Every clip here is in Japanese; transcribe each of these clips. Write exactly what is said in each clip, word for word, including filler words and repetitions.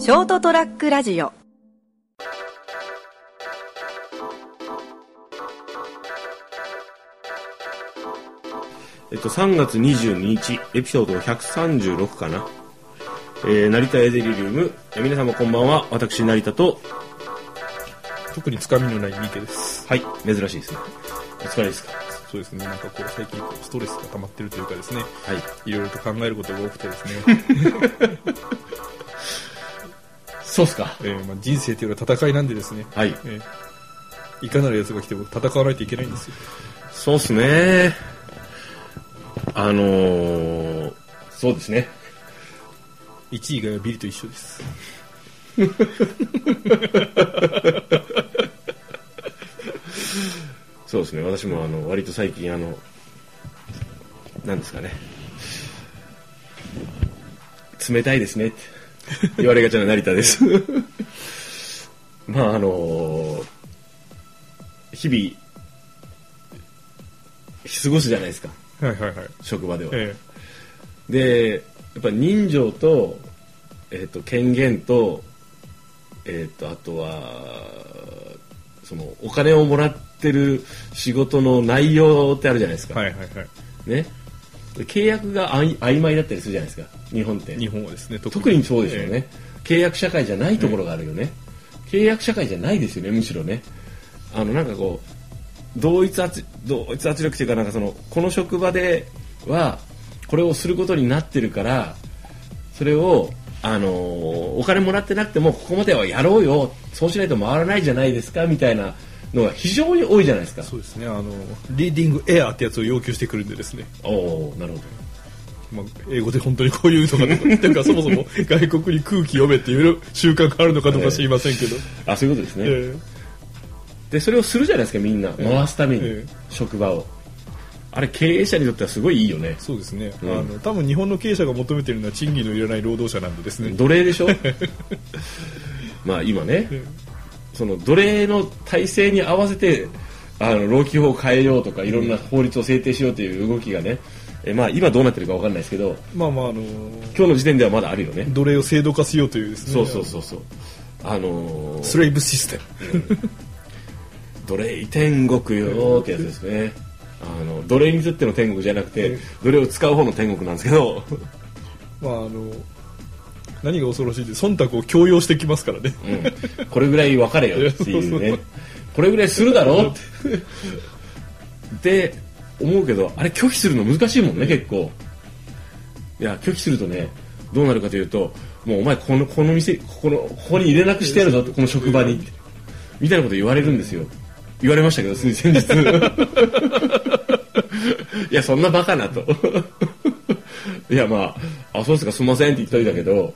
ショートトラックラジオ。 えっと、さんがつにじゅうににち、エピソードひゃくさんじゅうろくかな。えー、成田エゼリリウム、えー、皆様こんばんは。私、成田と、 特につかみのない三池です。 はい、珍しいですね。お疲れですか？ そうですね、なんかこう、最近ストレスが溜まってるというかですね、 はい。 いろいろと考えることが多くてですね。 そうっすか。 えーまあ、人生っていうのは戦いなんでですね、 はい。 えー、いかなる奴が来ても戦わないといけないんですよ。 そうっすね。あのー、そうですね。 いちい以外はビリと一緒です。 そうですね。私もあの割と最近あのなんですかね、冷たいですねって言われがちな成田です。まああの日々過ごすじゃないですか。 はいはいはい。 職場では。 えでやっぱ人情とえっ、ー、と権限とえっ、ー、とあとはそのお金をもらってる仕事の内容ってあるじゃないですか。 はいはいはい。 ね。契約があい曖昧だったりするじゃないですか。日本って。 日本はですね。 特に、特にそうですよね、えー。契約社会じゃないところがあるよね。えー、契約社会じゃないですよね。むしろね。あのなんかこう同一圧同一圧力っていうかなんかそのこの職場ではこれをすることになってるからそれをあのー、お金もらってなくてもここまではやろうよそうしないと回らないじゃないですかみたいなのが非常に多いじゃないですか。 そうですね。あのリーディングエアーってやつを要求してくるんでですね。 おお、なるほど。 まあ、英語で本当にこういうのかとかっていうかそもそも外国に空気読めっていう習慣があるのかどうか知りませんけど、 えー、あそういうことですね、えー、でそれをするじゃないですかみんな回すために、えー、職場をあれ経営者にとってはすごいいいよね。 そうですね、うん、あの多分日本の経営者が求めているのは賃金のいらない労働者なんでですね。 奴隷でしょ。まあ今ね、えー、その奴隷の体制に合わせてあの労基法を変えようとかいろんな法律を制定しようという動きがね、えまあ今どうなってるか分かんないですけど、 まあまああのー、 今日の時点ではまだあるよね。 奴隷を制度化しようというですね。 そうそうそうそう。あのー、 スレイブシステム。うん、 奴隷天国よーってやつですね。あの奴隷にとっての天国じゃなくて奴隷を使う方の天国なんですけど。 まああの何が恐ろしいって忖度を強要してきますからね。 うん、これぐらい分かれよっていうね。これぐらいするだろうってで思うけどあれ拒否するの難しいもんね結構。いや拒否するとねどうなるかというともうお前このこの店ここのここに入れなくしてやるぞこの職場にみたいなこと言われるんですよ。言われましたけど先日。いやそんなバカなと。いやまああそうですかすみませんって言っといたけど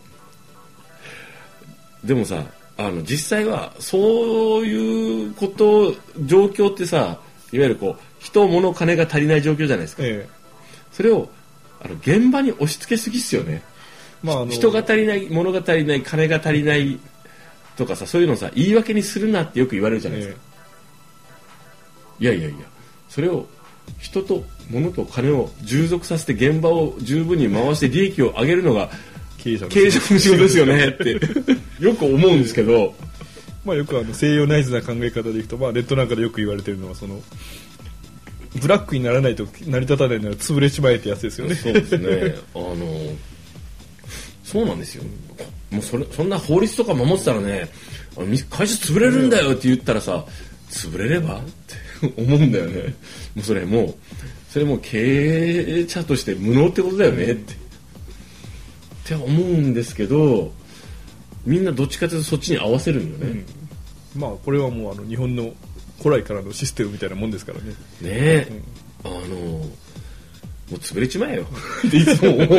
でもさあの実際はそういうこと状況ってさいわゆるこう人物金が足りない状況じゃないですか、ええ、それをあの現場に押し付けすぎっすよね、まあ、あの人が足りない物が足りない金が足りないとかさそういうのさ言い訳にするなってよく言われるじゃないですか、ええ、いやいやいやそれを人と物と金を従属させて現場を十分に回して利益を上げるのが経営者の仕事ですよねってよく思うんですけど、 まあ、よくあの西洋ナイズな考え方でいくと、まあ、ネットなんかでよく言われているのはそのブラックにならないと成り立たないなら潰れちまえってやつですよね。 そうですね。あのそうなんですよ。もうそれそんな法律とか守ってたらね会社潰れるんだよって言ったらさ潰れればって思うんだよね。もうそれもうそれもう経営者として無能ってことだよねって。って思うんですけどみんなどっちかというとそっちに合わせるんよね、 うん、まあこれはもうあの日本の古来からのシステムみたいなもんですからね。 ねえ、うん、あのもう潰れちまえよっていつも思う。も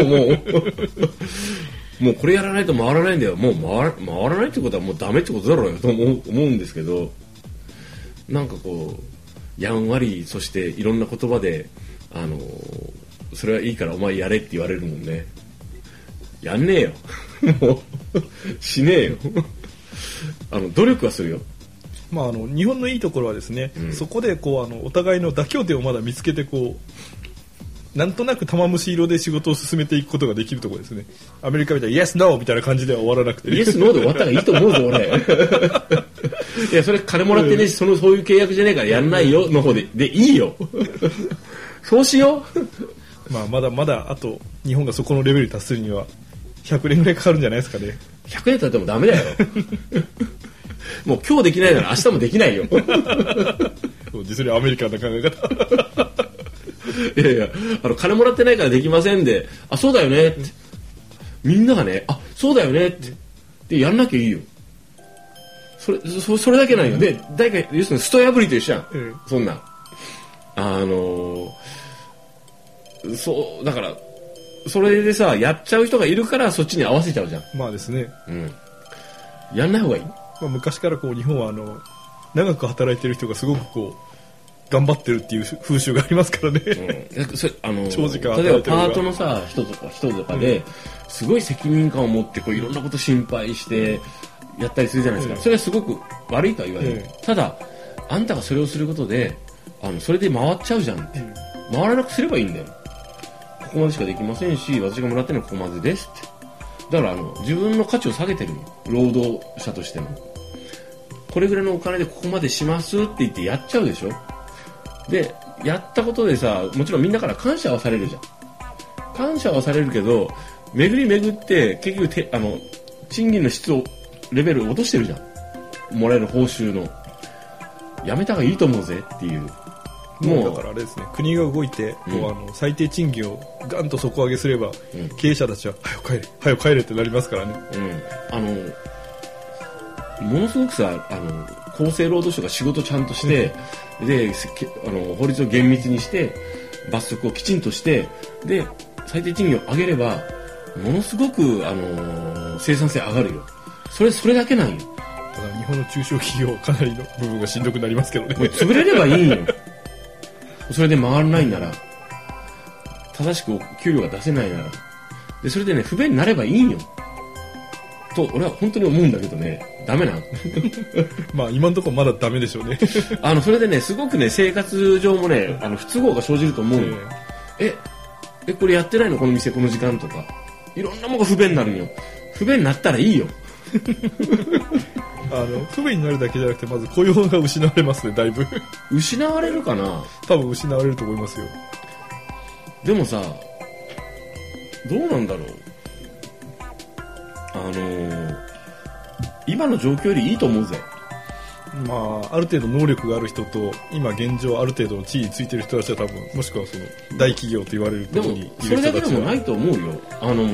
うもうこれやらないと回らないんだよもう 回, 回らないってことはもうダメってことだろうよと思う、思うんですけどなんかこうやんわりそしていろんな言葉であのそれはいいからお前やれって言われるもんね。やんねえよもうしねえよあの努力はするよ。 まあ、あの日本のいいところはですね、うん、そこでこうあのお互いの妥協点をまだ見つけてこうなんとなく玉虫色で仕事を進めていくことができるところですね。アメリカみたいに Yes, No みたいな感じでは終わらなくて、 Yes, No で終わったらいいと思うぞ俺。いやそれ金もらってね、そのそういう契約じゃねえからやんないよの方ででいいよ。そうしよう。まあまだまだあと日本がそこのレベルに達するにはひゃくねんぐらいかかるんじゃないですかね。 ひゃくねん経ってもダメだよ。もう今日できないなら明日もできないよ。 実にアメリカンな考え方。 いやいや、あの金もらってないからできませんで、あそうだよねって、みんながね、あそうだよねってでやんなきゃいいよ。それ そ, それだけなんよ。で誰か要するにスト破りと一緒やん、うん、そんなあのー、そうだからそれでさやっちゃう人がいるからそっちに合わせちゃうじゃん。 まあですね、 うん、やんない方がいい。まあ、昔からこう日本はあの長く働いてる人がすごくこう頑張ってるっていう風習がありますからね、 うん、それあの長時間例えばパートのさ人とか人とかで、うん、すごい責任感を持ってこういろんなこと心配してやったりするじゃないですか、うん、それはすごく悪いとは言わない、うん、ただあんたがそれをすることであのそれで回っちゃうじゃんって、うん、回らなくすればいいんだよ。ここまでしかできませんし私がもらってるのはここまでですって。だからあの自分の価値を下げてるの労働者としてのこれぐらいのお金でここまでしますって言ってやっちゃうでしょ。でやったことでさもちろんみんなから感謝はされるじゃん。感謝はされるけど巡り巡って結局てあの賃金の質をレベルを落としてるじゃん。もらえる報酬のやめた方がいいと思うぜっていう。 もうだからあれですね、国が動いて、うん、こうあの最低賃金をガンと底上げすれば、うん、経営者たちは早く帰れ早く帰れってなりますからね、 うん、あのものすごくさあの厚生労働省が仕事ちゃんとして、うん、であの法律を厳密にして罰則をきちんとしてで最低賃金を上げればものすごく、あの生産性上がるよ。それそれだけなんよ。 ただ日本の中小企業かなりの部分がしんどくなりますけどね。 もう潰れればいいんよ。それで回らないなら正しく給料が出せないならでそれでね不便になればいいんよと俺は本当に思うんだけどねダメなの。 まあ今のところまだダメでしょうね。 あのそれでねすごくね生活上もねあの不都合が生じると思うよ。ええこれやってないのこの店この時間とかいろんなものが不便になるんよ。不便になったらいいよ。 あの不便になるだけじゃなくてまず雇用が失われますね。だいぶ失われるかな。 多分失われると思いますよ。 でもさどうなんだろう。あのー、今の状況よりいいと思うぜ。 まあある程度能力がある人と今現状ある程度の地位についてる人たちは多分もしくはその大企業と言われるところにいる人たちはでもそれだけでもないと思うよ。あの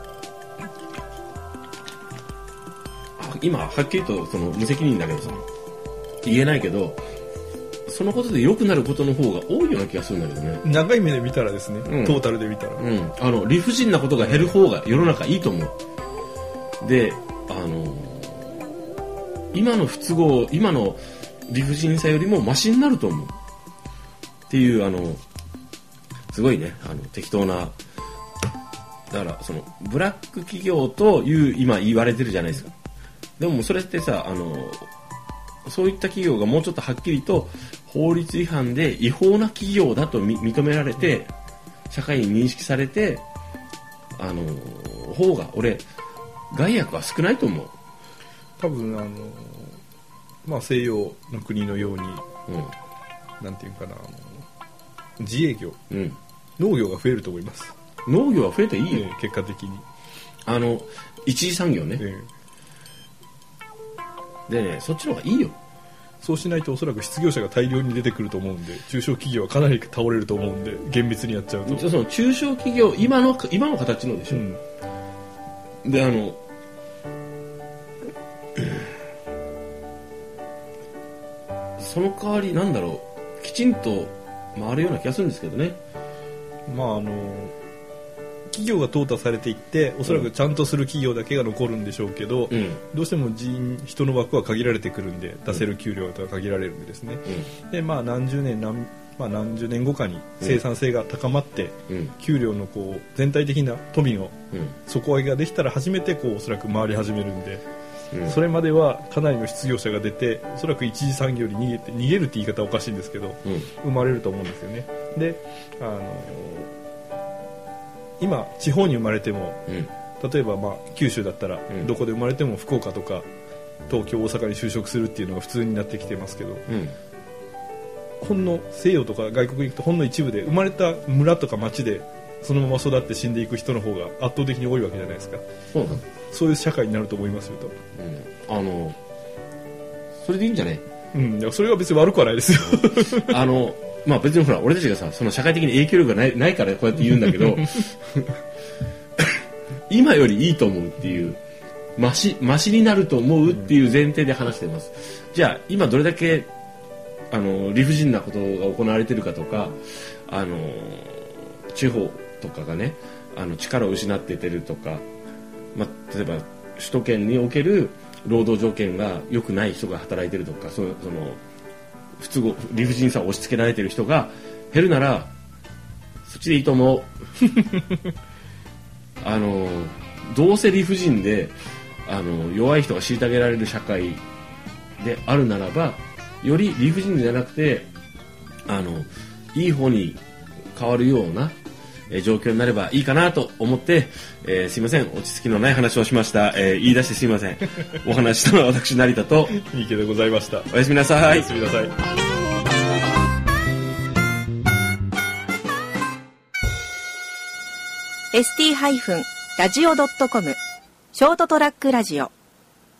今はっきりとその無責任だけどさ言えないけどそのことで良くなることの方が多いような気がするんだけどね。 長い目で見たらですね、うん、トータルで見たら、 うん、あの理不尽なことが減る方が世の中いいと思う。であの今の不都合今の理不尽さよりもマシになると思うっていうあのすごいねあの適当なだからそのブラック企業という今言われてるじゃないですか。でもそれってさあのそういった企業がもうちょっとはっきりと法律違反で違法な企業だと認められて社会に認識されてあの方が俺害悪は少ないと思う。 多分あの、まあ、西洋の国のように、うん、なんていうかなあの自営業、うん、農業が増えると思います。 農業は増えていいよ、 ね、結果的にあの一次産業ね、ねでね、そっちの方がいいよ。 そうしないとおそらく失業者が大量に出てくると思うんで中小企業はかなり倒れると思うんで厳密にやっちゃうとその中小企業今の今の形のでしょ、うん、であのその代わりなんだろうきちんと回るような気がするんですけどね。 まああの企業が淘汰されていっておそらくちゃんとする企業だけが残るんでしょうけど、うん、どうしても人員人の枠は限られてくるんで出せる給料が限られるんでですね、うん、でまあ何十年何、まあ、何十年後かに生産性が高まって、うん、給料のこう全体的な富の底上げができたら初めてこうおそらく回り始めるんで、うん、それまではかなりの失業者が出ておそらく一次産業に逃げて逃げるって言い方はおかしいんですけど、うん、生まれると思うんですよね。であの今地方に生まれても、 うん、 例えばまあ九州だったらどこで生まれても福岡とか東京大阪に就職するっていうのが普通になってきてますけど、うん、ほんの西洋とか外国に行くとほんの一部で生まれた村とか町でそのまま育って死んでいく人の方が圧倒的に多いわけじゃないですか。そう、そういう社会になると思いますよと、 うん、あのそれでいいんじゃね、 うん、いやそれは別に悪くはないですよあのまあ別にほら俺たちがさその社会的に影響力がない、ないからこうやって言うんだけど今よりいいと思うっていうマシ、マシになると思うっていう前提で話してます。じゃあ今どれだけあの理不尽なことが行われているかとか、あの地方とかがねあの力を失っているとか、まあ、例えば首都圏における労働条件が良くない人が働いているとか、その、その不都合理不尽さを押し付けられている人が減るならそっちでいいと思うあのどうせ理不尽であの弱い人が虐げられる社会であるならばより理不尽じゃなくてあのいい方に変わるようなえ状況になればいいかなと思って、えー、すいません落ち着きのない話をしました、えー、言い出してすいませんお話したのは私成田といいけでございました。 おやすみなさい。 おやすみなさい。 エスティー ラジオ ドットコム ショートトラックラジオ